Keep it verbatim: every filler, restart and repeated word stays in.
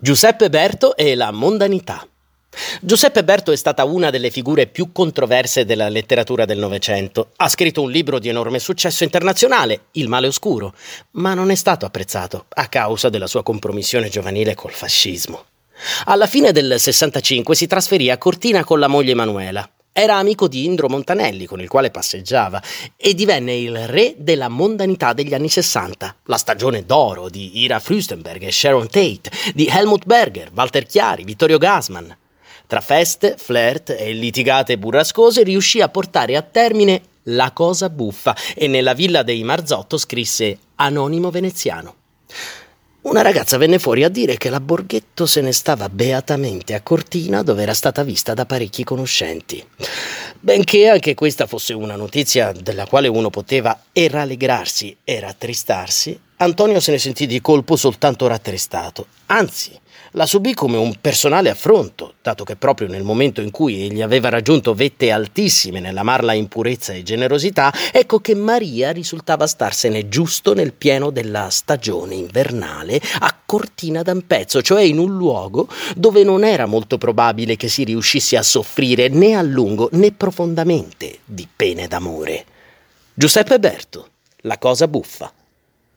Giuseppe Berto e la mondanità. Giuseppe Berto è stata una delle figure più controverse della letteratura del Novecento. Ha scritto un libro di enorme successo internazionale, Il male oscuro, ma non è stato apprezzato a causa della sua compromissione giovanile col fascismo. Alla fine del sessantacinque si trasferì a Cortina con la moglie Emanuela. Era amico di Indro Montanelli, con il quale passeggiava, e divenne il re della mondanità degli anni sessanta, la stagione d'oro di Ira Fürstenberg e Sharon Tate, di Helmut Berger, Walter Chiari, Vittorio Gassman. Tra feste, flirt e litigate burrascose riuscì a portare a termine La cosa buffa e nella villa dei Marzotto scrisse Anonimo veneziano. Una ragazza venne fuori a dire che la Borghetto se ne stava beatamente a Cortina, dove era stata vista da parecchi conoscenti. Benché anche questa fosse una notizia della quale uno poteva e rallegrarsi e rattristarsi, Antonio se ne sentì di colpo soltanto rattristato. Anzi, la subì come un personale affronto, dato che proprio nel momento in cui egli aveva raggiunto vette altissime nell'amarla in purezza e generosità, ecco che Maria risultava starsene giusto nel pieno della stagione invernale a Cortina d'Ampezzo, cioè in un luogo dove non era molto probabile che si riuscisse a soffrire né a lungo né profondamente di pene d'amore. Giuseppe Berto, La cosa buffa.